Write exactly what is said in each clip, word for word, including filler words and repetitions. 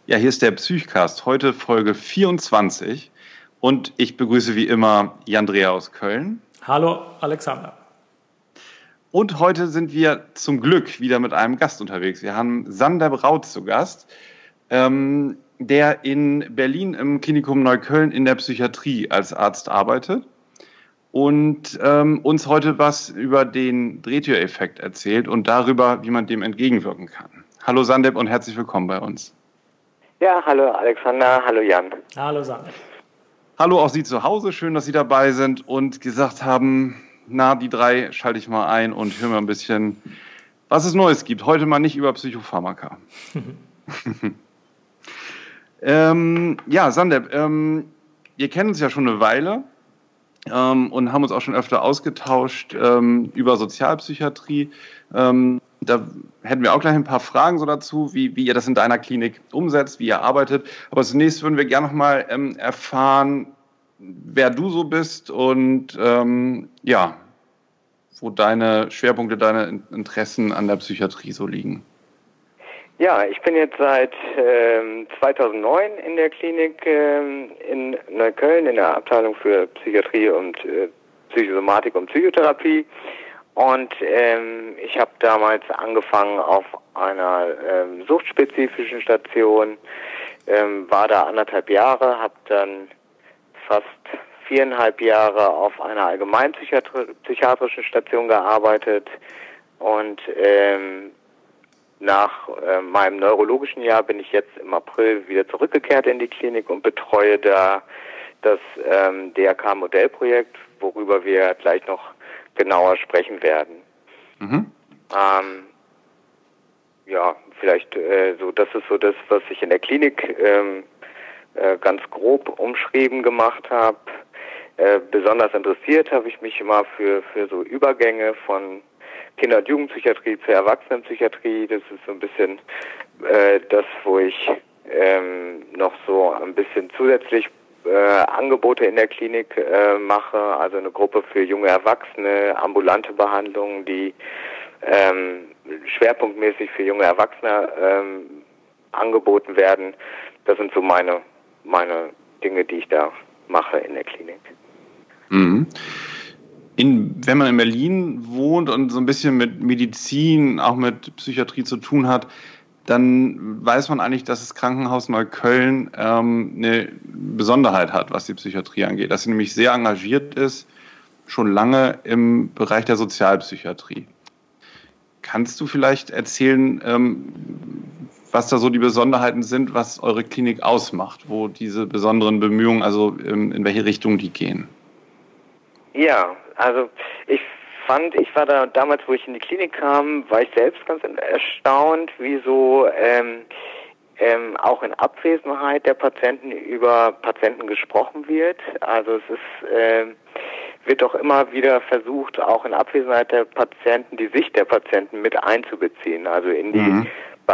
Ja, hier ist der Psychcast, heute Folge vierundzwanzig und ich begrüße wie immer Jan Dreher aus Köln. Hallo Alexander. Und heute sind wir zum Glück wieder mit einem Gast unterwegs. Wir haben Sander Braut zu Gast, ähm, der in Berlin im Klinikum Neukölln in der Psychiatrie als Arzt arbeitet und ähm, uns heute was über den Drehtüreffekt erzählt und darüber, wie man dem entgegenwirken kann. Hallo Sandep und herzlich willkommen bei uns. Ja, hallo Alexander, hallo Jan. Hallo Sandep. Hallo auch Sie zu Hause, schön, dass Sie dabei sind und gesagt haben, na, die drei schalte ich mal ein und höre mal ein bisschen, was es Neues gibt. Heute mal nicht über Psychopharmaka. ähm, ja, Sandep, ähm, wir kennen uns ja schon eine Weile ähm, und haben uns auch schon öfter ausgetauscht ähm, über Sozialpsychiatrie. Ähm, Da hätten wir auch gleich ein paar Fragen so dazu, wie, wie ihr das in deiner Klinik umsetzt, wie ihr arbeitet. Aber zunächst würden wir gerne noch mal ähm, erfahren, wer du so bist und ähm, ja, wo deine Schwerpunkte, deine Interessen an der Psychiatrie so liegen. Ja, ich bin jetzt seit ähm, zweitausendneun in der Klinik ähm, in Neukölln in der Abteilung für Psychiatrie und äh, Psychosomatik und Psychotherapie. Und ähm, ich habe damals angefangen auf einer ähm, suchtspezifischen Station, ähm, war da anderthalb Jahre, habe dann fast viereinhalb Jahre auf einer allgemeinpsychiatrischen Station gearbeitet und ähm, nach äh, meinem neurologischen Jahr bin ich jetzt im April wieder zurückgekehrt in die Klinik und betreue da das ähm, D R K-Modellprojekt, worüber wir gleich noch genauer sprechen werden. Mhm. Ähm, ja, vielleicht äh, so, das ist so das, was ich in der Klinik ähm, äh, ganz grob umschrieben gemacht habe. Äh, besonders interessiert habe ich mich immer für für so Übergänge von Kinder- und Jugendpsychiatrie zur Erwachsenenpsychiatrie. Das ist so ein bisschen äh, das, wo ich ähm, noch so ein bisschen zusätzlich Äh, Angebote in der Klinik äh, mache, also eine Gruppe für junge Erwachsene, ambulante Behandlungen, die ähm, schwerpunktmäßig für junge Erwachsene ähm, angeboten werden. Das sind so meine meine Dinge, die ich da mache in der Klinik. Mhm. In, wenn man in Berlin wohnt und so ein bisschen mit Medizin, auch mit Psychiatrie zu tun hat, dann weiß man eigentlich, dass das Krankenhaus Neukölln ähm, eine Besonderheit hat, was die Psychiatrie angeht. Dass sie nämlich sehr engagiert ist, schon lange im Bereich der Sozialpsychiatrie. Kannst du vielleicht erzählen, ähm, was da so die Besonderheiten sind, was eure Klinik ausmacht, wo diese besonderen Bemühungen, also ähm, in welche Richtung die gehen? Ja, also ich fand, ich war da damals, wo ich in die Klinik kam, war ich selbst ganz erstaunt, wie so ähm, ähm, auch in Abwesenheit der Patienten über Patienten gesprochen wird. Also es ist, ähm, wird doch immer wieder versucht, auch in Abwesenheit der Patienten die Sicht der Patienten mit einzubeziehen, also in die mhm.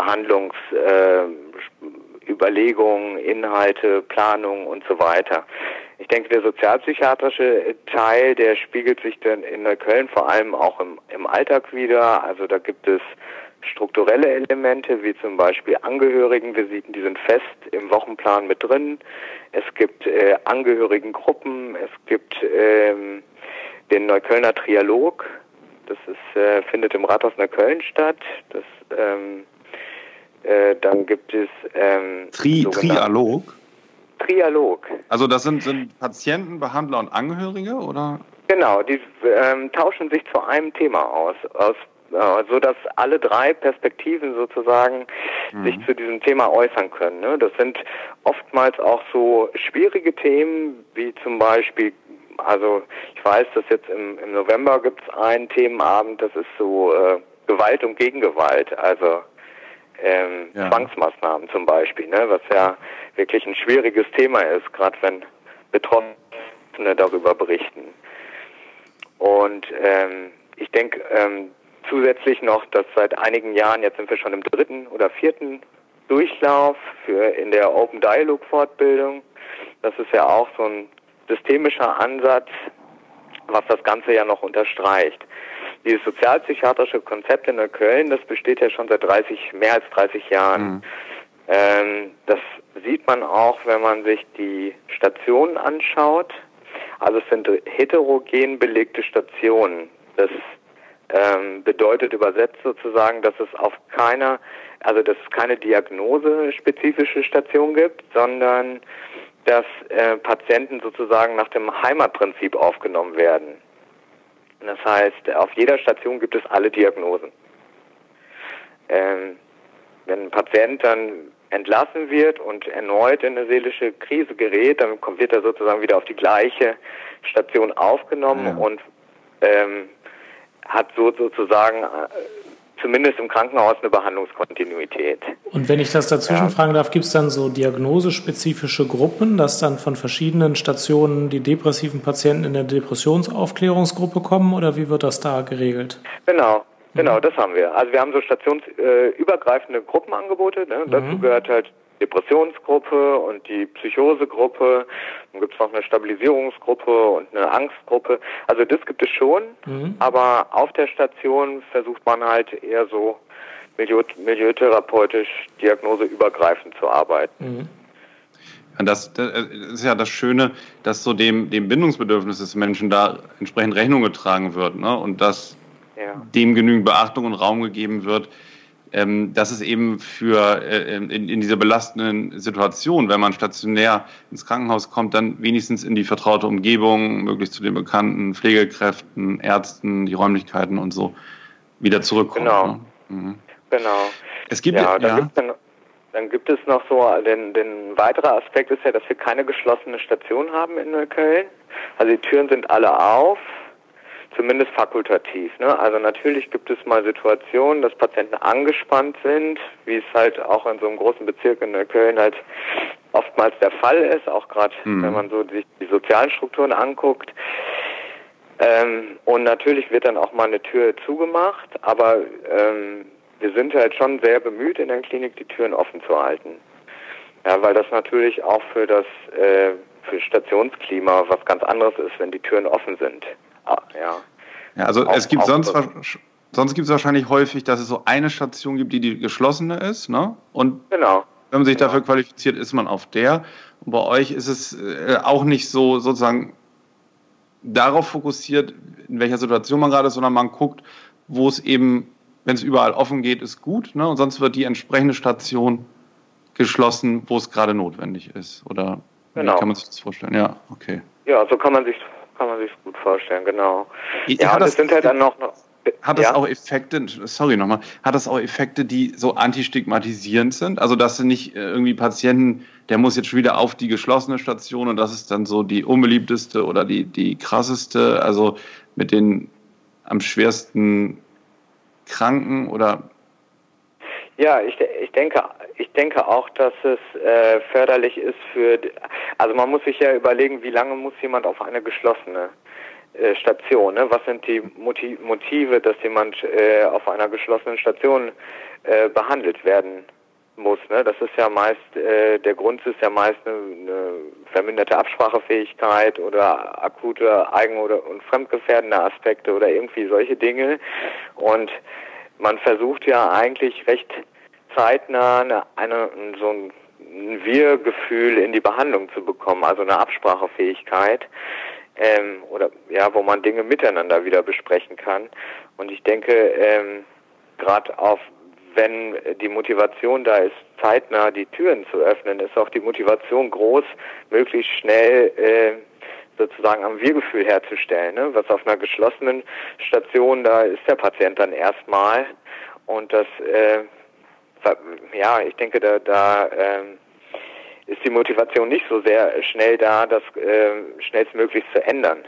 Behandlungsüberlegungen, äh, Inhalte, Planung und so weiter. Ich denke, der sozialpsychiatrische Teil, der spiegelt sich dann in Neukölln vor allem auch im, im Alltag wieder. Also da gibt es strukturelle Elemente, wie zum Beispiel Angehörigenvisiten, die sind fest im Wochenplan mit drin. Es gibt äh, Angehörigengruppen, es gibt ähm, den Neuköllner Trialog, das ist, äh, findet im Rathaus Neukölln statt. Das, ähm, äh, dann gibt es ähm, Tri Trialog? Trialog. Also das sind, sind Patienten, Behandler und Angehörige, oder? Genau, die ähm, tauschen sich zu einem Thema aus, aus äh, so dass alle drei Perspektiven sozusagen mhm. sich zu diesem Thema äußern können. Ne? Das sind oftmals auch so schwierige Themen, wie zum Beispiel, also ich weiß, dass jetzt im, im November gibt es einen Themenabend, das ist so äh, Gewalt und Gegengewalt, also Ähm, ja. Zwangsmaßnahmen zum Beispiel, ne, was ja wirklich ein schwieriges Thema ist, gerade wenn Betroffene darüber berichten. Und ähm, ich denke ähm, zusätzlich noch, dass seit einigen Jahren, jetzt sind wir schon im dritten oder vierten Durchlauf für in der Open Dialogue Fortbildung, das ist ja auch so ein systemischer Ansatz, was das Ganze ja noch unterstreicht. Dieses sozialpsychiatrische Konzept in Neukölln, das besteht ja schon seit dreißig, mehr als dreißig Jahren. Mhm. Ähm, das sieht man auch, wenn man sich die Stationen anschaut. Also es sind heterogen belegte Stationen. Das ähm, bedeutet übersetzt sozusagen, dass es auf keiner, also dass es keine diagnosespezifische Station gibt, sondern dass äh, Patienten sozusagen nach dem Heimatprinzip aufgenommen werden. Das heißt, auf jeder Station gibt es alle Diagnosen. Ähm, wenn ein Patient dann entlassen wird und erneut in eine seelische Krise gerät, dann wird er sozusagen wieder auf die gleiche Station aufgenommen ja. und ähm, hat so sozusagen äh, zumindest im Krankenhaus eine Behandlungskontinuität. Und wenn ich das dazwischen ja. fragen darf, gibt es dann so diagnosespezifische Gruppen, dass dann von verschiedenen Stationen die depressiven Patienten in der Depressionsaufklärungsgruppe kommen oder wie wird das da geregelt? Genau. Genau, das haben wir. Also wir haben so stationsübergreifende Gruppenangebote. Ne? Mhm. Dazu gehört halt die Depressionsgruppe und die Psychosegruppe. Dann gibt es noch eine Stabilisierungsgruppe und eine Angstgruppe. Also das gibt es schon, mhm. aber auf der Station versucht man halt eher so milieu milieutherapeutisch diagnoseübergreifend zu arbeiten. Mhm. Das, das ist ja das Schöne, dass so dem, dem Bindungsbedürfnis des Menschen da entsprechend Rechnung getragen wird, ne? Und dass ja. dem genügend Beachtung und Raum gegeben wird, ähm, dass es eben für äh, in, in dieser belastenden Situation, wenn man stationär ins Krankenhaus kommt, dann wenigstens in die vertraute Umgebung, möglichst zu den bekannten Pflegekräften, Ärzten, die Räumlichkeiten und so wieder zurückkommt. Genau. Ne? Mhm. Genau. Es gibt ja, ja, dann ja. gibt's dann Dann gibt es noch so, den, den weiterer Aspekt ist ja, dass wir keine geschlossene Station haben in Neukölln. Also die Türen sind alle auf, zumindest fakultativ. Ne? Also natürlich gibt es mal Situationen, dass Patienten angespannt sind, wie es halt auch in so einem großen Bezirk in Neukölln halt oftmals der Fall ist, auch gerade mhm. wenn man so sich die sozialen Strukturen anguckt. Ähm, und natürlich wird dann auch mal eine Tür zugemacht, aber ähm, wir sind halt schon sehr bemüht in der Klinik, die Türen offen zu halten. Ja, weil das natürlich auch für das äh, für Stationsklima was ganz anderes ist, wenn die Türen offen sind. Ah, ja. Ja, also auch, es gibt auch sonst sonst gibt es wahrscheinlich häufig, dass es so eine Station gibt, die die geschlossene ist, ne? Und genau. wenn man sich genau. dafür qualifiziert, ist man auf der. Und bei euch ist es äh, auch nicht so sozusagen darauf fokussiert, in welcher Situation man gerade ist, sondern man guckt, wo es eben, wenn es überall offen geht, ist gut, ne? Und sonst wird die entsprechende Station geschlossen, wo es gerade notwendig ist. Oder genau. wie kann man sich das vorstellen? Ja, okay. Ja, so kann man sich kann man sich gut vorstellen, genau. Ich, ja, hat und das, es sind halt dann noch... noch hat das ja? auch Effekte, sorry nochmal, hat das auch Effekte, die so antistigmatisierend sind? Also, dass nicht irgendwie Patienten, der muss jetzt schon wieder auf die geschlossene Station und das ist dann so die unbeliebteste oder die, die krasseste, also mit den am schwersten Kranken oder? Ja, ich, ich denke, ich denke auch, dass es äh, förderlich ist für, also man muss sich ja überlegen, wie lange muss jemand auf eine geschlossene äh, Station, ne? Was sind die Motive, dass jemand äh, auf einer geschlossenen Station äh, behandelt werden muss, ne? Das ist ja meist, äh, der Grund ist ja meist eine, eine verminderte Absprachefähigkeit oder akute Eigen- oder und fremdgefährdende Aspekte oder irgendwie solche Dinge. Und man versucht ja eigentlich recht zeitnah eine, eine, so ein Wir-Gefühl in die Behandlung zu bekommen, also eine Absprachefähigkeit, ähm, oder ja, wo man Dinge miteinander wieder besprechen kann. Und ich denke, ähm, gerade auf wenn die Motivation da ist, zeitnah die Türen zu öffnen, ist auch die Motivation groß, möglichst schnell äh, sozusagen am Wir-Gefühl herzustellen. Ne? Was auf einer geschlossenen Station, da ist der Patient dann erstmal. Und das, äh, ja, ich denke, da, da äh, ist die Motivation nicht so sehr schnell da, das äh, schnellstmöglich zu ändern.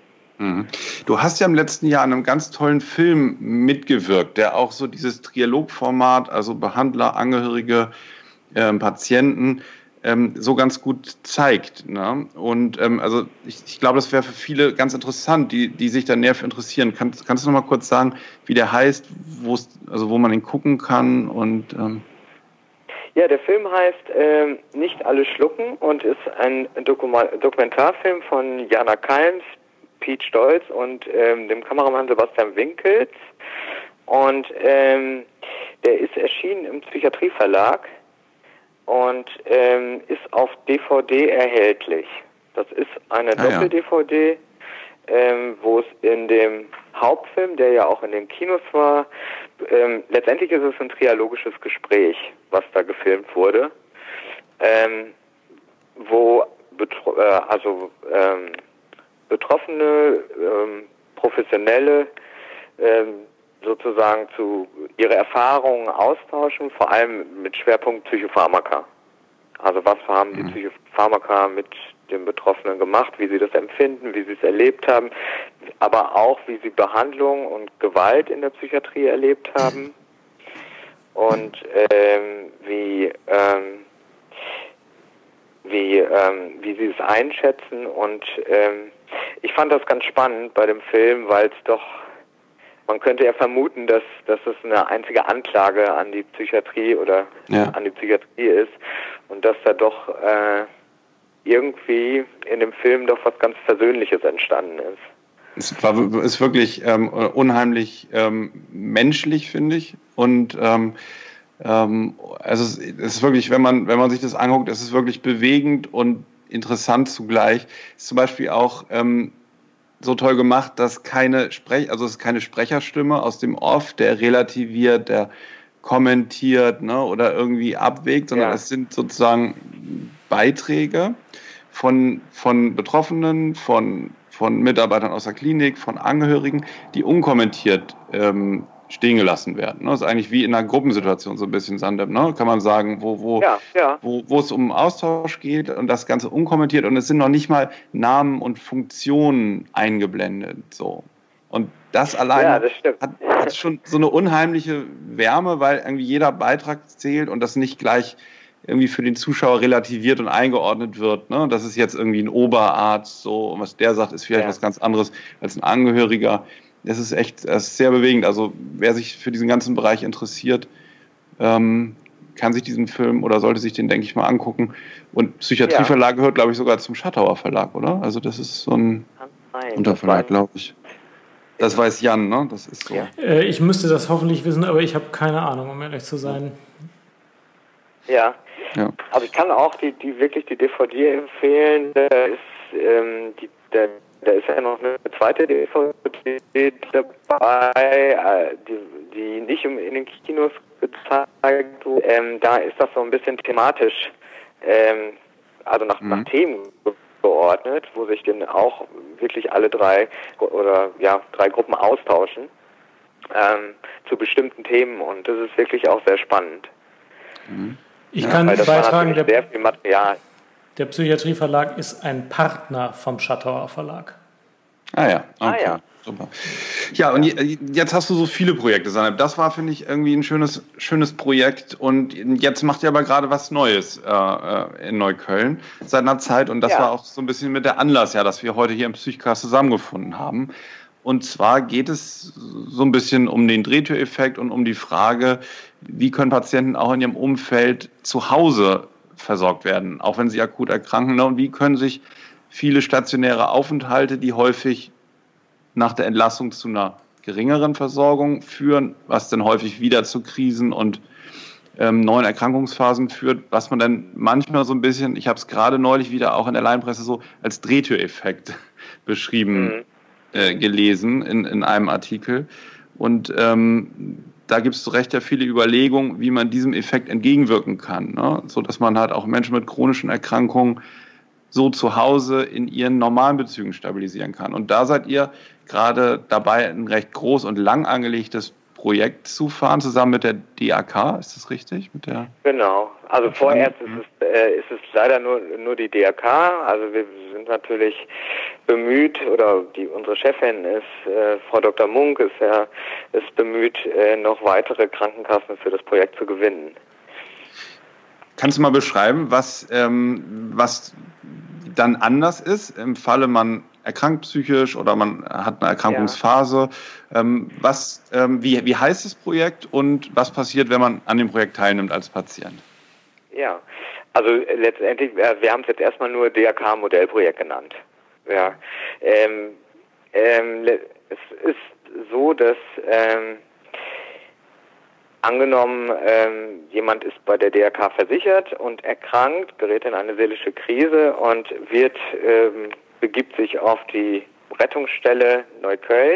Du hast ja im letzten Jahr an einem ganz tollen Film mitgewirkt, der auch so dieses Trialogformat, also Behandler, Angehörige, äh, Patienten, ähm, so ganz gut zeigt. Ne? Und ähm, also ich, ich glaube, das wäre für viele ganz interessant, die, die sich da näher für interessieren. Kann, kannst du noch mal kurz sagen, wie der heißt, wo's, also wo man ihn gucken kann? Und ähm ja, der Film heißt ähm, Nicht alle schlucken und ist ein Dokuma- Dokumentarfilm von Jana Kalms, Piet Stolz und ähm, dem Kameramann Sebastian Winkels. Und ähm, der ist erschienen im Psychiatrieverlag. und ähm, ist auf D V D erhältlich. Das ist eine Ah, Doppel-D V D, ähm, wo es in dem Hauptfilm, der ja auch in den Kinos war, ähm, letztendlich ist es ein trialogisches Gespräch, was da gefilmt wurde, ähm, wo betro äh, also ähm, Betroffene, ähm, Professionelle ähm, sozusagen zu ihre Erfahrungen austauschen, vor allem mit Schwerpunkt Psychopharmaka. Also was haben die Psychopharmaka mit den Betroffenen gemacht, wie sie das empfinden, wie sie es erlebt haben, aber auch wie sie Behandlung und Gewalt in der Psychiatrie erlebt haben und ähm, wie ähm, wie ähm, wie sie es einschätzen. Und ähm, ich fand das ganz spannend bei dem Film, weil es doch, man könnte ja vermuten, dass, dass es eine einzige Anklage an die Psychiatrie oder Ja. an die Psychiatrie ist und dass da doch äh, irgendwie in dem Film doch was ganz Persönliches entstanden ist. Es war, ist wirklich ähm, unheimlich ähm, menschlich, finde ich. Und ähm, ähm, also es ist wirklich, wenn man, wenn man sich das anguckt, es ist wirklich bewegend und interessant zugleich. Ist zum Beispiel auch ähm, so toll gemacht, dass keine Sprech, also es ist keine Sprecherstimme aus dem Off, der relativiert, der kommentiert, ne, oder irgendwie abwägt, sondern Ja. es sind sozusagen Beiträge von, von Betroffenen, von, von Mitarbeitern aus der Klinik, von Angehörigen, die unkommentiert ähm, stehen gelassen werden. Ne? Das ist eigentlich wie in einer Gruppensituation so ein bisschen, Sandem, ne? Kann man sagen, wo, wo, Ja, ja. wo, wo es um Austausch geht und das Ganze unkommentiert und es sind noch nicht mal Namen und Funktionen eingeblendet. So. Und das alleine Ja, das stimmt. hat, hat schon so eine unheimliche Wärme, weil irgendwie jeder Beitrag zählt und das nicht gleich irgendwie für den Zuschauer relativiert und eingeordnet wird. Ne? Das ist jetzt irgendwie ein Oberarzt, so, und was der sagt, ist vielleicht Ja. was ganz anderes als ein Angehöriger. Das ist echt, das ist sehr bewegend. Also wer sich für diesen ganzen Bereich interessiert, ähm, kann sich diesen Film oder sollte sich den, denke ich mal, angucken. Und Psychiatrieverlag gehört, glaube ich, sogar zum Schattauer Verlag, oder? Also das ist so ein Nein, Unterverlag, glaube ich. Das weiß Jan, ne? Das ist so. Ja. Äh, ich müsste das hoffentlich wissen, aber ich habe keine Ahnung, um ehrlich zu sein. Ja. Ja. Also ich kann auch die, die wirklich die D V D empfehlen. Da ist ähm, die, da, da ist ja noch eine zweite D V D dabei, äh, die, die nicht in den Kinos gezeigt wurde. Ähm, da ist das so ein bisschen thematisch, ähm, also nach, Mhm. nach Themen geordnet, wo sich dann auch wirklich alle drei oder ja drei Gruppen austauschen ähm, zu bestimmten Themen, und das ist wirklich auch sehr spannend. Mhm. Ich Ja, kann Weil das war beitragen, natürlich der, sehr viel Material. der Psychiatrieverlag ist ein Partner vom Schattauer Verlag. Ah ja, okay. Ah ja. Super. Ja, und je- jetzt hast du so viele Projekte, Sanep. Das war, finde ich, irgendwie ein schönes, schönes Projekt. Und jetzt macht ihr aber gerade was Neues äh, äh, in Neukölln seit einer Zeit. Und das Ja. war auch so ein bisschen mit der Anlass, ja, dass wir heute hier im Psychcast zusammengefunden haben. Und zwar geht es so ein bisschen um den Drehtüreffekt und um die Frage, wie können Patienten auch in ihrem Umfeld zu Hause versorgt werden, auch wenn sie akut erkranken. Ne? Und wie können sich viele stationäre Aufenthalte, die häufig nach der Entlassung zu einer geringeren Versorgung führen, was dann häufig wieder zu Krisen und ähm, neuen Erkrankungsphasen führt, was man dann manchmal so ein bisschen, ich habe es gerade neulich wieder auch in der Laienpresse so als Drehtüreffekt beschrieben, Mhm. äh, gelesen in, in einem Artikel. Und ähm, da gibt es zu Recht ja viele Überlegungen, wie man diesem Effekt entgegenwirken kann, ne? So dass man halt auch Menschen mit chronischen Erkrankungen so zu Hause in ihren normalen Bezügen stabilisieren kann. Und da seid ihr gerade dabei, ein recht groß und lang angelegtes Projekt zu fahren, zusammen mit der D A K, ist das richtig? Mit der Genau. Also vorerst ist es, äh, ist es leider nur, nur die D A K. Also wir sind natürlich bemüht, oder die unsere Chefin ist, äh, Frau Doktor Munk, ist ja ist bemüht, äh, noch weitere Krankenkassen für das Projekt zu gewinnen. Kannst du mal beschreiben, was, ähm, was dann anders ist im Falle, man erkrankt psychisch oder man hat eine Erkrankungsphase? Ja. Ähm, was, ähm, wie, wie heißt das Projekt und was passiert, wenn man an dem Projekt teilnimmt als Patient? Ja, also äh, letztendlich, äh, wir haben es jetzt erstmal nur D A K-Modellprojekt genannt. Ja, ähm, ähm, es ist so, dass ähm, angenommen, ähm, jemand ist bei der D R K versichert und erkrankt, gerät in eine seelische Krise und wird, ähm, begibt sich auf die Rettungsstelle Neukölln,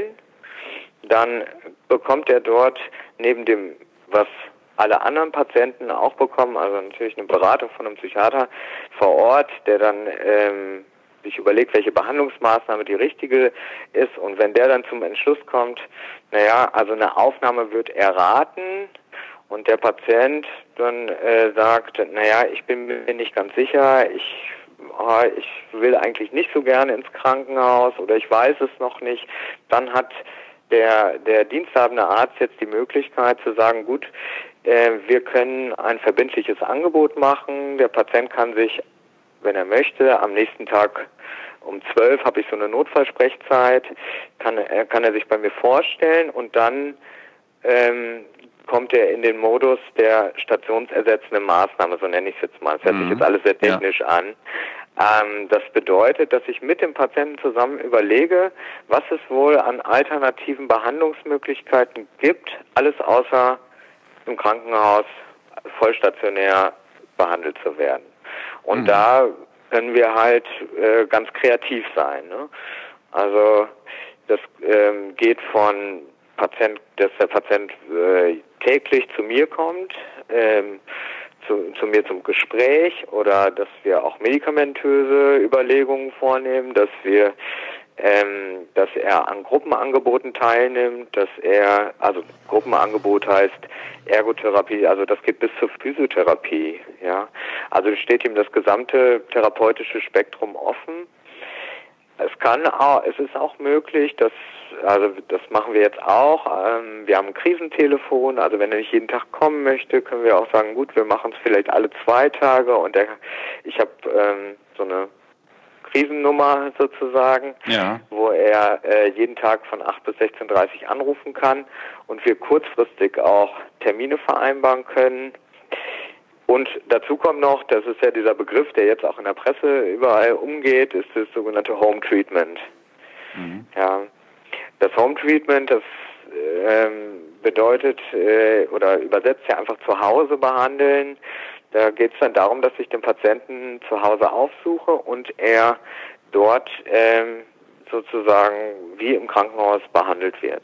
dann bekommt er dort neben dem, was alle anderen Patienten auch bekommen, also natürlich eine Beratung von einem Psychiater vor Ort, der dann ähm, sich überlegt, welche Behandlungsmaßnahme die richtige ist, und wenn der dann zum Entschluss kommt, naja, also eine Aufnahme wird erraten, und der Patient dann äh, sagt, naja, ich bin mir nicht ganz sicher, ich, oh, ich will eigentlich nicht so gerne ins Krankenhaus oder ich weiß es noch nicht, dann hat der, der diensthabende Arzt jetzt die Möglichkeit zu sagen, gut, äh, wir können ein verbindliches Angebot machen, der Patient kann sich, wenn er möchte, am nächsten Tag um zwölf habe ich so eine Notfallsprechzeit, kann, äh, kann er sich bei mir vorstellen, und dann ähm, kommt er in den Modus der stationsersetzenden Maßnahme, so nenne ich es jetzt mal. Das hört sich jetzt alles sehr technisch ja. an. Ähm, das bedeutet, dass ich mit dem Patienten zusammen überlege, was es wohl an alternativen Behandlungsmöglichkeiten gibt, alles außer im Krankenhaus vollstationär behandelt zu werden. Und mhm. da können wir halt äh, ganz kreativ sein. Ne? Also das ähm, geht von Patient, dass der Patient äh, täglich zu mir kommt, ähm, zu, zu mir zum Gespräch, oder dass wir auch medikamentöse Überlegungen vornehmen, dass wir, ähm, dass er an Gruppenangeboten teilnimmt, dass er, also Gruppenangebot heißt Ergotherapie, also das geht bis zur Physiotherapie, ja. Also steht ihm das gesamte therapeutische Spektrum offen. Es kann auch, es ist auch möglich, dass, also das machen wir jetzt auch, ähm, wir haben ein Krisentelefon, also wenn er nicht jeden Tag kommen möchte, können wir auch sagen, gut, wir machen es vielleicht alle zwei Tage, und der, ich habe ähm, so eine Krisennummer sozusagen, ja. wo er äh, jeden Tag von acht bis sechzehn Uhr dreißig anrufen kann und wir kurzfristig auch Termine vereinbaren können. Und dazu kommt noch, das ist ja dieser Begriff, der jetzt auch in der Presse überall umgeht, ist das sogenannte Home Treatment. Mhm. Ja, das Home Treatment, das ähm, bedeutet äh, oder übersetzt ja einfach zu Hause behandeln. Da geht es dann darum, dass ich den Patienten zu Hause aufsuche und er dort ähm, sozusagen wie im Krankenhaus behandelt wird.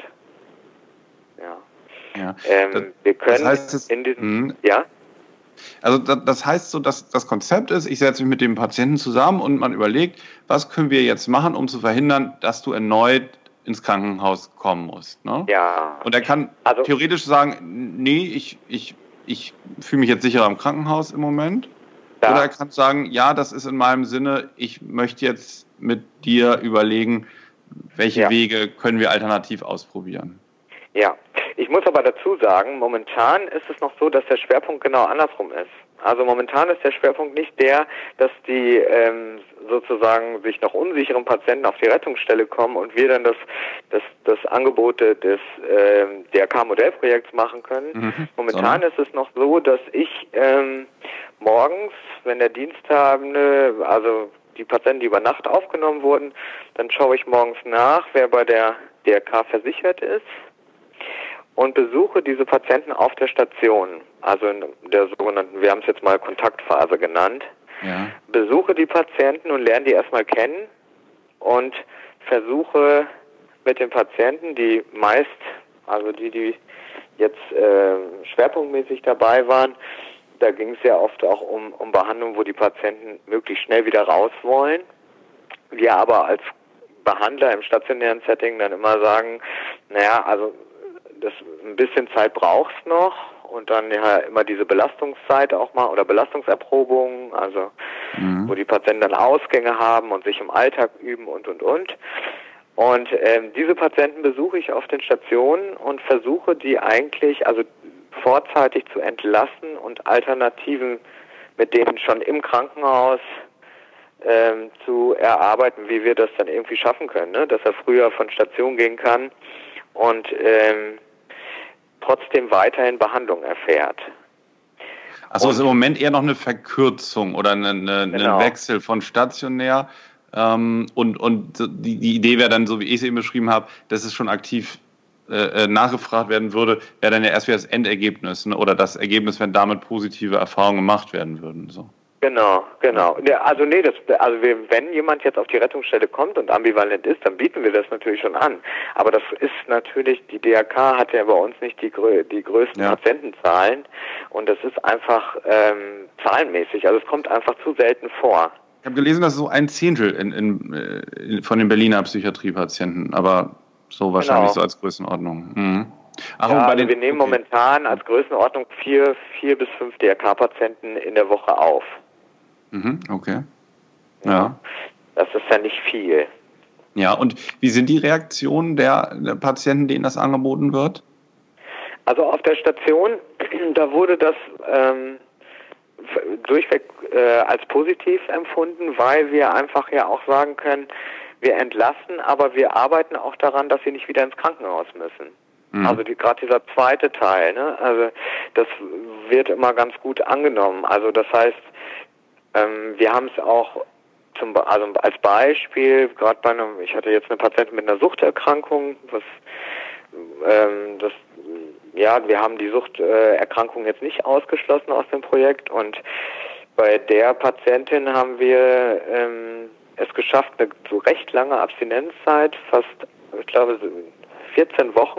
Ja. ja. Ähm, das, wir können das heißt, das, in diesem, mh. ja. Also das heißt so, dass das Konzept ist, ich setze mich mit dem Patienten zusammen und man überlegt, was können wir jetzt machen, um zu verhindern, dass du erneut ins Krankenhaus kommen musst. Ne? Ja. Und er kann also, theoretisch sagen, nee, ich, ich, ich fühle mich jetzt sicherer im Krankenhaus im Moment. Ja. Oder er kann sagen, ja, das ist in meinem Sinne, ich möchte jetzt mit dir überlegen, welche ja. Wege können wir alternativ ausprobieren. Ja, ich muss aber dazu sagen, momentan ist es noch so, dass der Schwerpunkt genau andersrum ist. Also momentan ist der Schwerpunkt nicht der, dass die ähm, sozusagen sich noch unsicheren Patienten auf die Rettungsstelle kommen und wir dann das das, das Angebot des ähm, D R K-Modellprojekts machen können. Mhm. Momentan so. ist es noch so, dass ich ähm, morgens, wenn der Diensthabende, also die Patienten, die über Nacht aufgenommen wurden, dann schaue ich morgens nach, wer bei der D R K versichert ist, und besuche diese Patienten auf der Station, also in der sogenannten, wir haben es jetzt mal Kontaktphase genannt, ja. besuche die Patienten und lerne die erstmal kennen und versuche mit den Patienten, die meist, also die, die jetzt äh, schwerpunktmäßig dabei waren, da ging es ja oft auch um, um Behandlung, wo die Patienten möglichst schnell wieder raus wollen. Wir aber als Behandler im stationären Setting dann immer sagen, naja, also das ein bisschen Zeit braucht's noch, und dann ja immer diese Belastungszeit auch mal oder Belastungserprobungen, also mhm. wo die Patienten dann Ausgänge haben und sich im Alltag üben und und und. Und ähm, diese Patienten besuche ich auf den Stationen und versuche die eigentlich also vorzeitig zu entlassen und Alternativen mit denen schon im Krankenhaus ähm, zu erarbeiten, wie wir das dann irgendwie schaffen können, ne? Dass er früher von Station gehen kann und ähm, trotzdem weiterhin Behandlung erfährt. Also ist im Moment eher noch eine Verkürzung oder eine, eine, genau. ein Wechsel von stationär ähm, und, und die, die Idee wäre dann, so wie ich es eben beschrieben habe, dass es schon aktiv äh, nachgefragt werden würde, wäre dann ja erst wieder das Endergebnis, ne? Oder das Ergebnis, wenn damit positive Erfahrungen gemacht werden würden. So. Genau, genau. Ja, also nee, das, also wir, wenn jemand jetzt auf die Rettungsstelle kommt und ambivalent ist, dann bieten wir das natürlich schon an. Aber das ist natürlich, die D R K hat ja bei uns nicht die, die größten ja. Patientenzahlen und das ist einfach ähm, zahlenmäßig. Also es kommt einfach zu selten vor. Ich habe gelesen, dass so ein Zehntel in, in, in, von den Berliner Psychiatriepatienten, aber so wahrscheinlich genau. so als Größenordnung. Mhm. Ach, ja, und bei also den, wir nehmen okay. momentan als Größenordnung vier, vier bis fünf D R K-Patienten in der Woche auf. Mhm, okay. Ja. ja. Das ist ja nicht viel. Ja, und wie sind die Reaktionen der, der Patienten, denen das angeboten wird? Also auf der Station, da wurde das ähm, durchweg äh, als positiv empfunden, weil wir einfach ja auch sagen können, wir entlassen, aber wir arbeiten auch daran, dass sie nicht wieder ins Krankenhaus müssen. Mhm. Also die, gerade dieser zweite Teil, ne? Also das wird immer ganz gut angenommen. Also das heißt, ähm, wir haben es auch zum, also als Beispiel, gerade bei einem, ich hatte jetzt eine Patientin mit einer Suchterkrankung, was ähm, das ja, wir haben die Suchterkrankung jetzt nicht ausgeschlossen aus dem Projekt und bei der Patientin haben wir ähm, es geschafft, eine so recht lange Abstinenzzeit, fast, ich glaube, vierzehn Wochen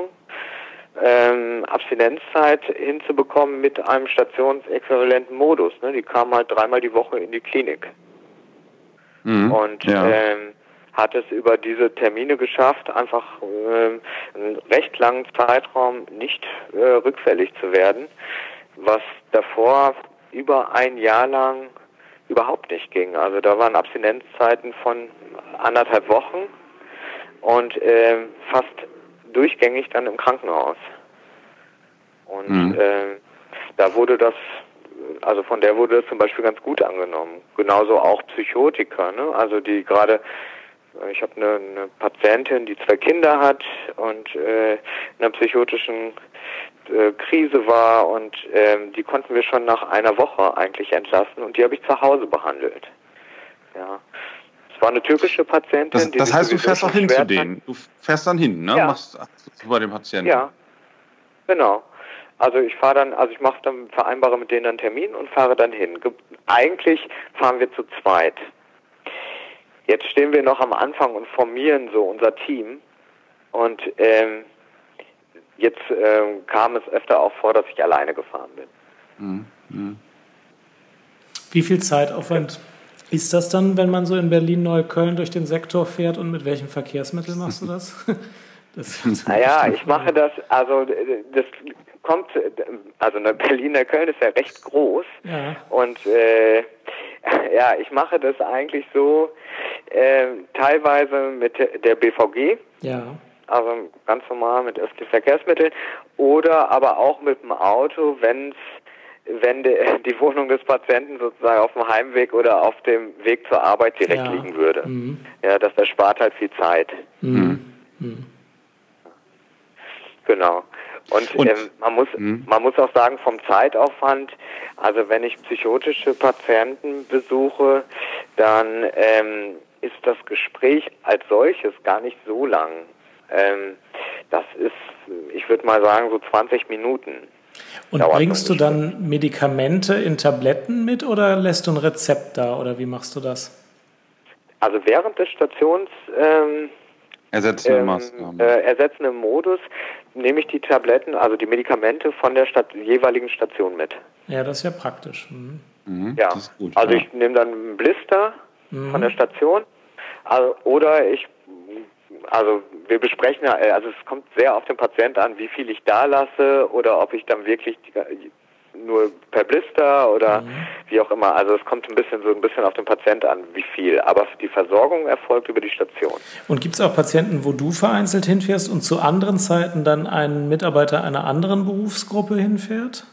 ähm, Abstinenzzeit hinzubekommen mit einem stationsäquivalenten Modus. Ne? Die kam halt dreimal die Woche in die Klinik. Mhm, und ja. ähm, hat es über diese Termine geschafft, einfach ähm, einen recht langen Zeitraum nicht äh, rückfällig zu werden, was davor über ein Jahr lang überhaupt nicht ging. Also da waren Abstinenzzeiten von anderthalb Wochen und äh, fast durchgängig dann im Krankenhaus. Und mhm. äh, da wurde das, also von der wurde das zum Beispiel ganz gut angenommen. Genauso auch Psychotiker, ne? Also die gerade, ich habe eine, eine Patientin, die zwei Kinder hat und äh, in einer psychotischen äh, Krise war und ähm, die konnten wir schon nach einer Woche eigentlich entlassen und die habe ich zu Hause behandelt. Ja. Es war eine türkische Patientin. Das, das heißt, du fährst auch hin zu denen? Du fährst dann hin, ne? Ja. Machst du bei dem Patienten? Ja, genau. Also ich fahre dann, also ich mache dann, vereinbare mit denen einen Termin und fahre dann hin. Eigentlich fahren wir zu zweit. Jetzt stehen wir noch am Anfang und formieren so unser Team. Und ähm, jetzt ähm, kam es öfter auch vor, dass ich alleine gefahren bin. Mhm. Mhm. Wie viel Zeitaufwand ist das dann, wenn man so in Berlin-Neukölln durch den Sektor fährt und mit welchen Verkehrsmitteln machst du das? das naja, ich mache das, also das kommt, also Berlin-Neukölln ist ja recht groß ja. und äh, ja, ich mache das eigentlich so äh, teilweise mit der B V G, ja. also ganz normal mit öffentlichen Verkehrsmitteln oder aber auch mit dem Auto, wenn's wenn de, die Wohnung des Patienten sozusagen auf dem Heimweg oder auf dem Weg zur Arbeit direkt ja. liegen würde. Mhm. Ja, das erspart halt viel Zeit. Mhm. Mhm. Genau. Und, Und ähm, man muss mhm. man muss auch sagen, vom Zeitaufwand, also wenn ich psychotische Patienten besuche, dann ähm, ist das Gespräch als solches gar nicht so lang. Ähm, das ist, ich würde mal sagen, so zwanzig Minuten. Und bringst du dann Medikamente in Tabletten mit oder lässt du ein Rezept da oder wie machst du das? Also während des Stations ähm, ersetzende ähm, Maßnahmen. Äh, ersetzende Modus nehme ich die Tabletten, also die Medikamente von der Stat- jeweiligen Station mit. Ja, das ist ja praktisch. Mhm. Mhm, ja, das ist gut, also ja. ich nehme dann einen Blister mhm. von der Station, also, oder ich Also wir besprechen, also es kommt sehr auf den Patient an, wie viel ich da lasse oder ob ich dann wirklich nur per Blister oder mhm. wie auch immer. Also es kommt ein bisschen so ein bisschen auf den Patient an, wie viel. Aber die Versorgung erfolgt über die Station. Und gibt es auch Patienten, wo du vereinzelt hinfährst und zu anderen Zeiten dann ein Mitarbeiter einer anderen Berufsgruppe hinfährt?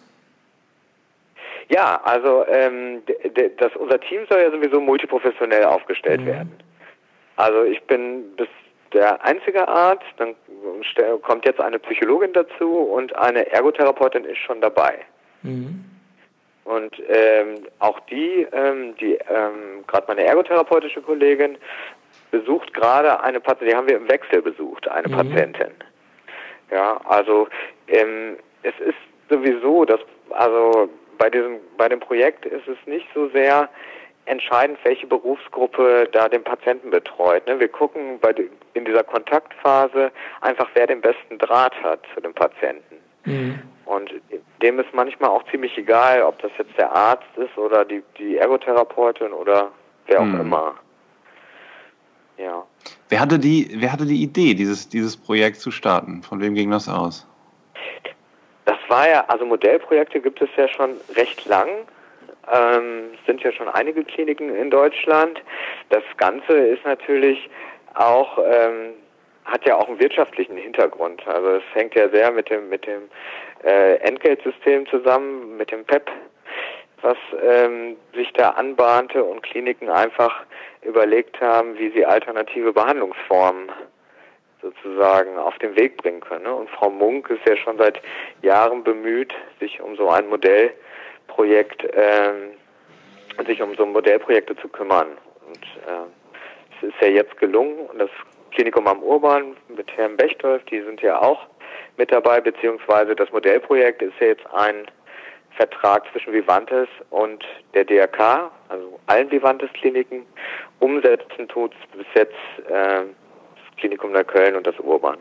Ja, also ähm, das, unser Team soll ja sowieso multiprofessionell aufgestellt mhm. werden. Also ich bin bis der einzige Arzt, dann kommt jetzt eine Psychologin dazu und eine Ergotherapeutin ist schon dabei. Mhm. Und ähm, auch die, ähm, die ähm, gerade meine ergotherapeutische Kollegin besucht gerade eine Patientin, die haben wir im Wechsel besucht, eine mhm. Patientin. Ja, also ähm, es ist sowieso, dass also bei diesem bei dem Projekt ist es nicht so sehr entscheidend, welche Berufsgruppe da den Patienten betreut. Ne? Wir gucken bei de, in dieser Kontaktphase einfach, wer den besten Draht hat zu dem Patienten. Mhm. Und dem ist manchmal auch ziemlich egal, ob das jetzt der Arzt ist oder die, die Ergotherapeutin oder wer auch mhm. immer. Ja. Wer hatte die, wer hatte die Idee, dieses, dieses Projekt zu starten? Von wem ging das aus? Das war ja, also Modellprojekte gibt es ja schon recht lang. Ähm, sind ja schon einige Kliniken in Deutschland. Das Ganze ist natürlich auch, ähm, hat ja auch einen wirtschaftlichen Hintergrund. Also es hängt ja sehr mit dem, mit dem äh, Entgeltsystem zusammen, mit dem P E P, was ähm, sich da anbahnte und Kliniken einfach überlegt haben, wie sie alternative Behandlungsformen sozusagen auf den Weg bringen können. Ne? Und Frau Munk ist ja schon seit Jahren bemüht, sich um so ein Modellprojekt, ähm, sich um so Modellprojekte zu kümmern. Und äh, es ist ja jetzt gelungen. Und das Klinikum am Urban mit Herrn Bechdolf, die sind ja auch mit dabei, beziehungsweise das Modellprojekt ist ja jetzt ein Vertrag zwischen Vivantes und der D R K, also allen Vivantes-Kliniken. Umsetzen tut es bis jetzt äh, das Klinikum Neukölln und das Urban.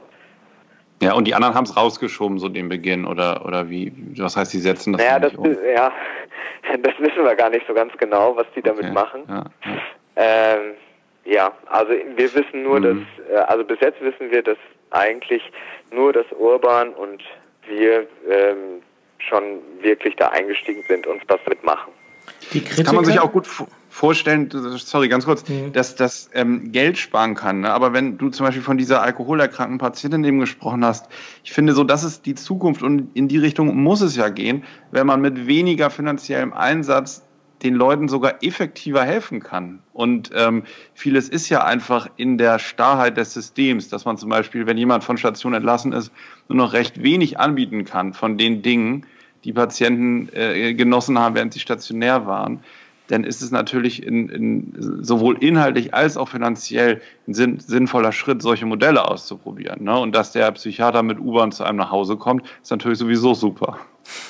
Ja, und die anderen haben es rausgeschoben, so den Beginn, oder oder wie? Was heißt, die setzen das naja, nicht das, um? Ja, das wissen wir gar nicht so ganz genau, was die damit okay. machen. Ja, ja. Ähm, ja, also wir wissen nur, mhm. dass, also bis jetzt wissen wir, dass eigentlich nur das Urban und wir ähm, schon wirklich da eingestiegen sind und was mitmachen. Die das kann man sich auch gut vorstellen, sorry, ganz kurz, mhm. dass das ähm, Geld sparen kann. Ne? Aber wenn du zum Beispiel von dieser alkoholerkrankten Patientin eben gesprochen hast, ich finde so, das ist die Zukunft und in die Richtung muss es ja gehen, wenn man mit weniger finanziellem Einsatz den Leuten sogar effektiver helfen kann. Und ähm, vieles ist ja einfach in der Starrheit des Systems, dass man zum Beispiel, wenn jemand von Station entlassen ist, nur noch recht wenig anbieten kann von den Dingen, die Patienten äh, genossen haben, während sie stationär waren, dann ist es natürlich in, in, sowohl inhaltlich als auch finanziell ein sinn, sinnvoller Schritt, solche Modelle auszuprobieren. Ne? Und dass der Psychiater mit U-Bahn zu einem nach Hause kommt, ist natürlich sowieso super.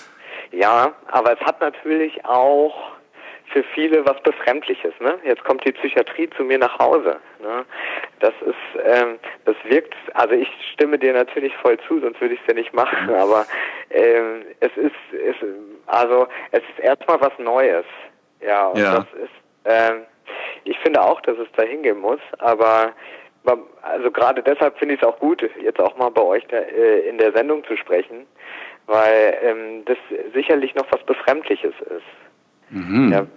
Ja, aber es hat natürlich auch für viele was Befremdliches. Ne? Jetzt kommt die Psychiatrie zu mir nach Hause. Ne? Das ist, ähm, das wirkt, also ich stimme dir natürlich voll zu, sonst würde ich es ja nicht machen, aber ähm, es ist, es, also es ist erstmal was Neues. Ja, und ja. das ist, ähm, ich finde auch, dass es da hingehen muss, aber also gerade deshalb finde ich es auch gut, jetzt auch mal bei euch da, äh, in der Sendung zu sprechen, weil ähm, das sicherlich noch was Befremdliches ist. Mhm. Ja.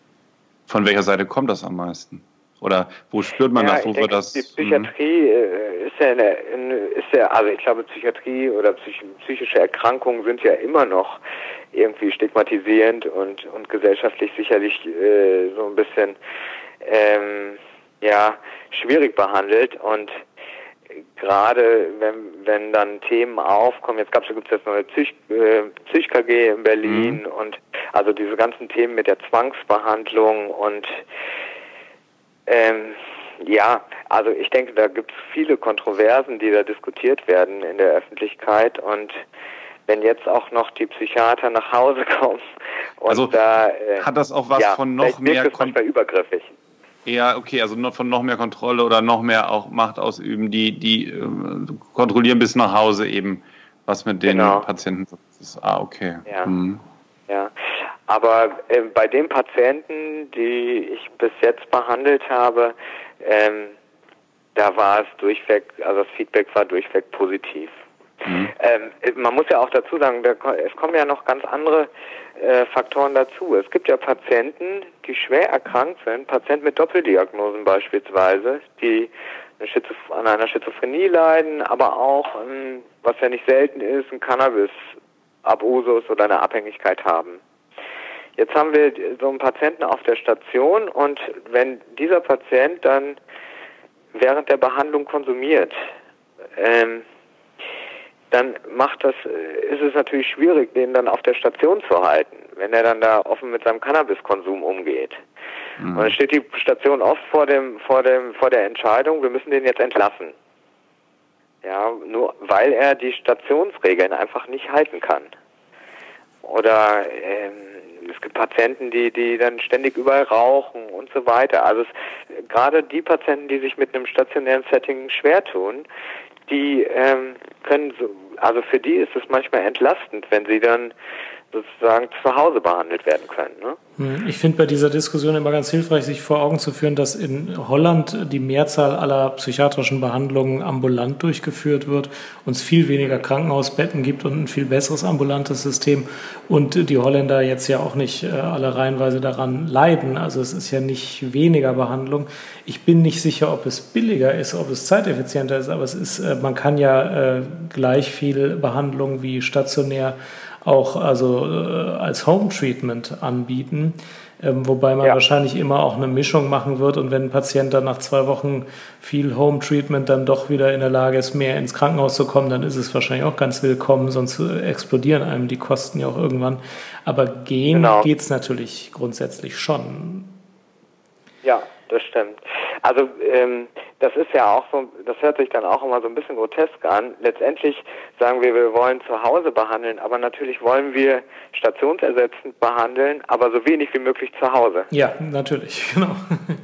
Von welcher Seite kommt das am meisten? Oder wo spürt man ja, das? Wo wir das? Die Psychiatrie äh, ist ja, eine, ist ja, also ich glaube, Psychiatrie oder psych, psychische Erkrankungen sind ja immer noch irgendwie stigmatisierend und, und gesellschaftlich sicherlich äh, so ein bisschen ähm, ja, schwierig behandelt. Und gerade wenn, wenn dann Themen aufkommen, jetzt gab's, gibt es jetzt neue Psych, äh, Psych-K G in Berlin mhm. und also diese ganzen Themen mit der Zwangsbehandlung und ähm, ja, also ich denke, da gibt es viele Kontroversen, die da diskutiert werden in der Öffentlichkeit und wenn jetzt auch noch die Psychiater nach Hause kommen und also da äh, hat das auch was ja, von noch mehr das manchmal übergriffig. Ja, okay, also noch von noch mehr Kontrolle oder noch mehr auch Macht ausüben, die die äh, kontrollieren bis nach Hause eben, was mit den genau. Patienten ist. Ah, okay. Ja, mhm. ja. Aber äh, bei den Patienten, die ich bis jetzt behandelt habe, ähm, da war es durchweg, also das Feedback war durchweg positiv. Mhm. Ähm, man muss ja auch dazu sagen, da, es kommen ja noch ganz andere äh, Faktoren dazu. Es gibt ja Patienten, die schwer erkrankt sind, Patienten mit Doppeldiagnosen beispielsweise, die eine Schizof- an einer Schizophrenie leiden, aber auch, ähm, was ja nicht selten ist, ein Cannabis-Abusus oder eine Abhängigkeit haben. Jetzt haben wir so einen Patienten auf der Station und wenn dieser Patient dann während der Behandlung konsumiert, ähm, dann macht das, ist es natürlich schwierig, den dann auf der Station zu halten, wenn er dann da offen mit seinem Cannabiskonsum umgeht. Mhm. Und dann steht die Station oft vor dem, vor dem, vor der Entscheidung, wir müssen den jetzt entlassen. Ja, nur weil er die Stationsregeln einfach nicht halten kann. Oder ähm, es gibt Patienten, die die dann ständig überall rauchen und so weiter. Also es, gerade die Patienten, die sich mit einem stationären Setting schwer tun, die ähm, können so, also für die ist es manchmal entlastend, wenn sie dann sozusagen zu Hause behandelt werden können. Ne? Ich finde bei dieser Diskussion immer ganz hilfreich, sich vor Augen zu führen, dass in Holland die Mehrzahl aller psychiatrischen Behandlungen ambulant durchgeführt wird, uns viel weniger Krankenhausbetten gibt und ein viel besseres ambulantes System und die Holländer jetzt ja auch nicht alle reihenweise daran leiden. Also es ist ja nicht weniger Behandlung. Ich bin nicht sicher, ob es billiger ist, ob es zeiteffizienter ist, aber es ist, man kann ja äh, gleich viel Behandlung wie stationär auch also äh, als Home-Treatment anbieten, ähm, wobei man ja. wahrscheinlich immer auch eine Mischung machen wird und wenn ein Patient dann nach zwei Wochen viel Home-Treatment dann doch wieder in der Lage ist, mehr ins Krankenhaus zu kommen, dann ist es wahrscheinlich auch ganz willkommen, sonst explodieren einem die Kosten ja auch irgendwann. Aber gehen genau. geht's natürlich grundsätzlich schon. Ja, das stimmt. Also ähm, das ist ja auch so, das hört sich dann auch immer so ein bisschen grotesk an. Letztendlich sagen wir, wir wollen zu Hause behandeln, aber natürlich wollen wir stationsersetzend behandeln, aber so wenig wie möglich zu Hause. Ja, natürlich, genau.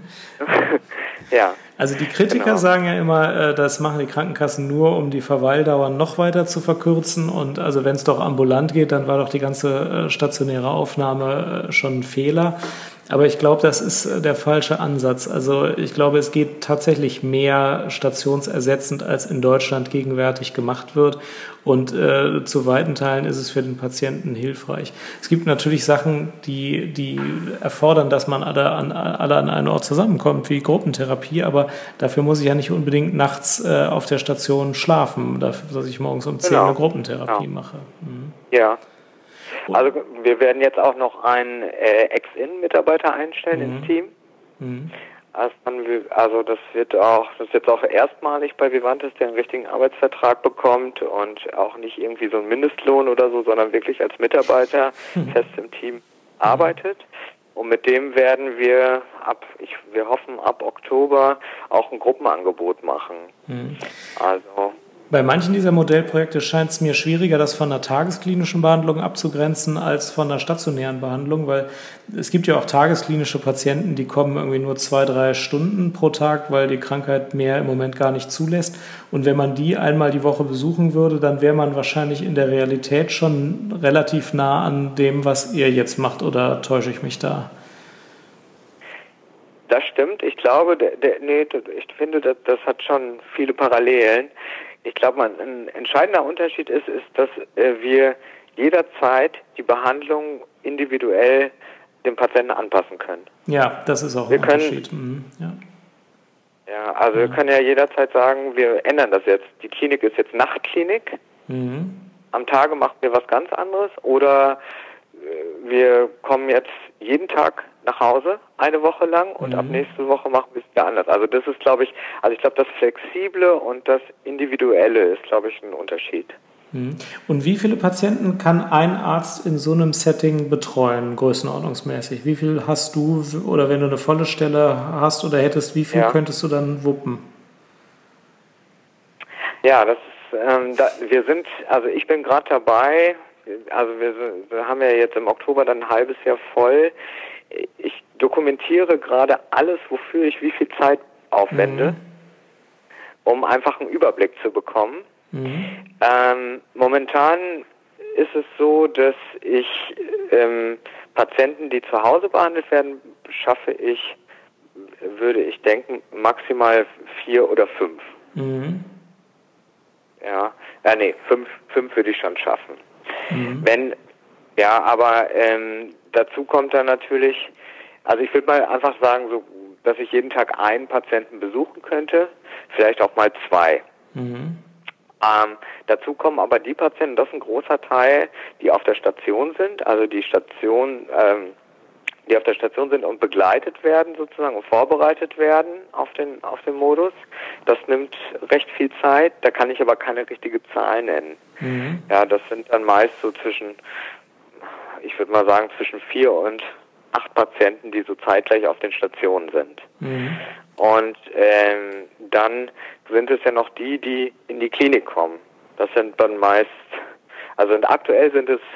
Ja. Also die Kritiker genau. sagen ja immer, das machen die Krankenkassen nur, um die Verweildauer noch weiter zu verkürzen. Und also wenn es doch ambulant geht, dann war doch die ganze stationäre Aufnahme schon ein Fehler. Aber ich glaube, das ist der falsche Ansatz. Also ich glaube, es geht tatsächlich mehr stationsersetzend, als in Deutschland gegenwärtig gemacht wird. Und äh, zu weiten Teilen ist es für den Patienten hilfreich. Es gibt natürlich Sachen, die, die erfordern, dass man alle an, alle an einen Ort zusammenkommt, wie Gruppentherapie. Aber dafür muss ich ja nicht unbedingt nachts äh, auf der Station schlafen, dafür, dass ich morgens um zehn genau. eine Gruppentherapie genau. mache. Mhm. Ja. Also wir werden jetzt auch noch einen äh, Ex-In-Mitarbeiter einstellen mhm. ins Team. Mhm. Also, also das wird auch, das ist jetzt auch erstmalig bei Vivantes, der einen richtigen Arbeitsvertrag bekommt und auch nicht irgendwie so ein Mindestlohn oder so, sondern wirklich als Mitarbeiter mhm. fest im Team arbeitet. Und mit dem werden wir ab, ich, wir hoffen ab Oktober auch ein Gruppenangebot machen. Mhm. Also bei manchen dieser Modellprojekte scheint es mir schwieriger, das von einer tagesklinischen Behandlung abzugrenzen als von einer stationären Behandlung, weil es gibt ja auch tagesklinische Patienten, die kommen irgendwie nur zwei, drei Stunden pro Tag, weil die Krankheit mehr im Moment gar nicht zulässt. Und wenn man die einmal die Woche besuchen würde, dann wäre man wahrscheinlich in der Realität schon relativ nah an dem, was ihr jetzt macht, oder täusche ich mich da? Das stimmt. Ich glaube, der, der, nee, ich finde, das, das hat schon viele Parallelen. Ich glaube, ein entscheidender Unterschied ist, ist, dass äh, wir jederzeit die Behandlung individuell dem Patienten anpassen können. Ja, das ist auch wir ein können, Unterschied. Mhm, ja. ja, also ja. wir können ja jederzeit sagen, wir ändern das jetzt. Die Klinik ist jetzt Nachtklinik. Mhm. Am Tage machen wir was ganz anderes. Oder äh, wir kommen jetzt jeden Tag nach Hause, eine Woche lang, und mhm. ab nächste Woche machen wir es wieder anders. Also das ist, glaube ich, also ich glaube, das Flexible und das Individuelle ist, glaube ich, ein Unterschied. Mhm. Und wie viele Patienten kann ein Arzt in so einem Setting betreuen, größenordnungsmäßig? Wie viel hast du, oder wenn du eine volle Stelle hast oder hättest, wie viel ja. könntest du dann wuppen? Ja, das ist, ähm, da, wir sind, also ich bin gerade dabei, also wir, wir haben ja jetzt im Oktober dann ein halbes Jahr voll. Ich dokumentiere gerade alles, wofür ich wie viel Zeit aufwende, mhm. um einfach einen Überblick zu bekommen. Mhm. Ähm, momentan ist es so, dass ich ähm, Patienten, die zu Hause behandelt werden, schaffe ich, würde ich denken, maximal vier oder fünf. Mhm. Ja, äh, nee, fünf, fünf würde ich schon schaffen. Mhm. Wenn, ja, aber ähm, dazu kommt dann natürlich, also ich würde mal einfach sagen, so, dass ich jeden Tag einen Patienten besuchen könnte, vielleicht auch mal zwei. Mhm. Ähm, dazu kommen aber die Patienten, das ist ein großer Teil, die auf der Station sind, also die Station, ähm, die auf der Station sind und begleitet werden sozusagen und vorbereitet werden auf den auf den Modus. Das nimmt recht viel Zeit, da kann ich aber keine richtige Zahl nennen. Mhm. Ja, das sind dann meist so zwischen, ich würde mal sagen, zwischen vier und acht Patienten, die so zeitgleich auf den Stationen sind. Mhm. Und ähm, dann sind es ja noch die, die in die Klinik kommen. Das sind dann meist, also aktuell sind es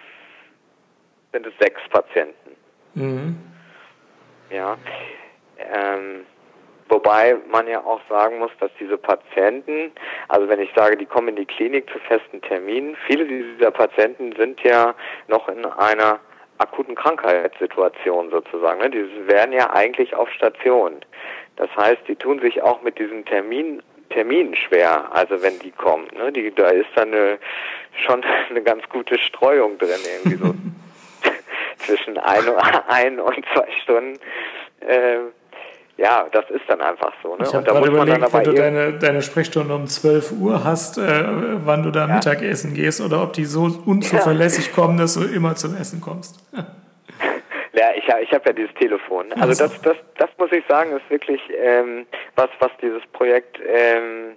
sind es sechs Patienten. Mhm. Ja. Ähm, wobei man ja auch sagen muss, dass diese Patienten, also wenn ich sage, die kommen in die Klinik zu festen Terminen, viele dieser Patienten sind ja noch in einer akuten Krankheitssituation sozusagen. Ne? Die werden ja eigentlich auf Station. Das heißt, die tun sich auch mit diesen Terminen, Terminen schwer, also wenn die kommen. Ne? Die, da ist dann eine, schon eine ganz gute Streuung drin, irgendwie so zwischen ein, ein und zwei Stunden. Äh, ja, das ist dann einfach so. Ne? Ich habe gerade überlegt, wenn du deine, deine Sprechstunde um zwölf Uhr hast, äh, wann du da ja. Mittagessen gehst oder ob die so unzuverlässig ja. kommen, dass du immer zum Essen kommst. Ja, ich, ich habe ja dieses Telefon. Also das, das, das muss ich sagen, ist wirklich ähm, was, was dieses Projekt ähm,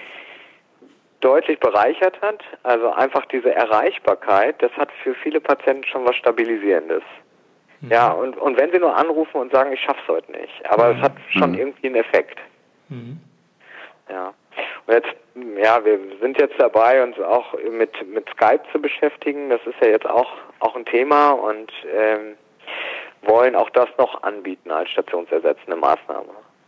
deutlich bereichert hat. Also einfach diese Erreichbarkeit, das hat für viele Patienten schon was Stabilisierendes. Mhm. Ja, und, und wenn sie nur anrufen und sagen, ich schaff's heute nicht, aber es mhm. hat schon mhm. irgendwie einen Effekt. Mhm. Ja. Und jetzt, ja, wir sind jetzt dabei, uns auch mit, mit Skype zu beschäftigen. Das ist ja jetzt auch, auch ein Thema und ähm, wollen auch das noch anbieten als stationsersetzende Maßnahme.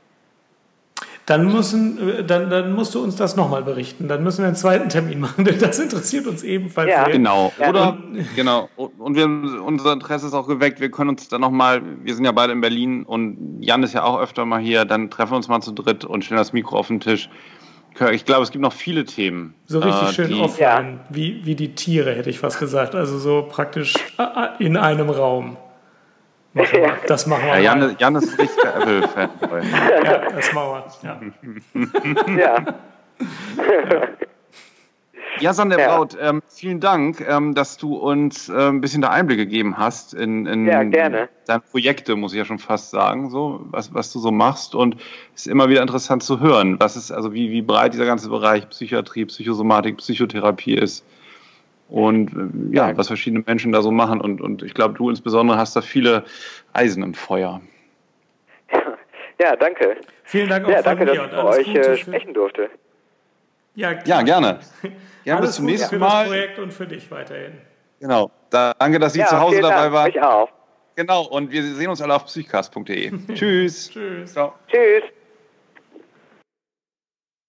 Dann, müssen, dann, dann musst du uns das nochmal berichten. Dann müssen wir einen zweiten Termin machen, denn das interessiert uns ebenfalls ja. sehr. Genau. Oder, genau. Und wir, unser Interesse ist auch geweckt. Wir können uns dann nochmal, wir sind ja beide in Berlin und Jan ist ja auch öfter mal hier, dann treffen wir uns mal zu dritt und stellen das Mikro auf den Tisch. Ich glaube, es gibt noch viele Themen. So richtig äh, schön die, offline, ja. wie, wie die Tiere, hätte ich fast gesagt. Also so praktisch in einem Raum. Machen wir. Das machen wir ja, Jan, Jan ist ein richtiger Apple-Fan. Ja, das machen wir. Ja. Ja. Ja, Sander ja. Braut, ähm, vielen Dank, ähm, dass du uns äh, ein bisschen da Einblick gegeben hast in, in ja, gerne. deine Projekte, muss ich ja schon fast sagen, so was, was du so machst. Und es ist immer wieder interessant zu hören, was ist, also wie, wie breit dieser ganze Bereich Psychiatrie, Psychosomatik, Psychotherapie ist. Und äh, ja, was verschiedene Menschen da so machen. Und, und ich glaube, du insbesondere hast da viele Eisen im Feuer. Ja, ja danke. Vielen Dank auch ja, von danke, mir. dass ich bei euch äh, sprechen durfte. Ja, ja, gerne. Ja, alles bis zum Gute nächsten für Mal. Das Projekt und für dich weiterhin. Genau. Danke, dass Sie ja, zu Hause dabei Dank. waren. Ich auch. Genau. Und wir sehen uns alle auf psychcast punkt de. Tschüss. Tschüss. Ciao. Tschüss.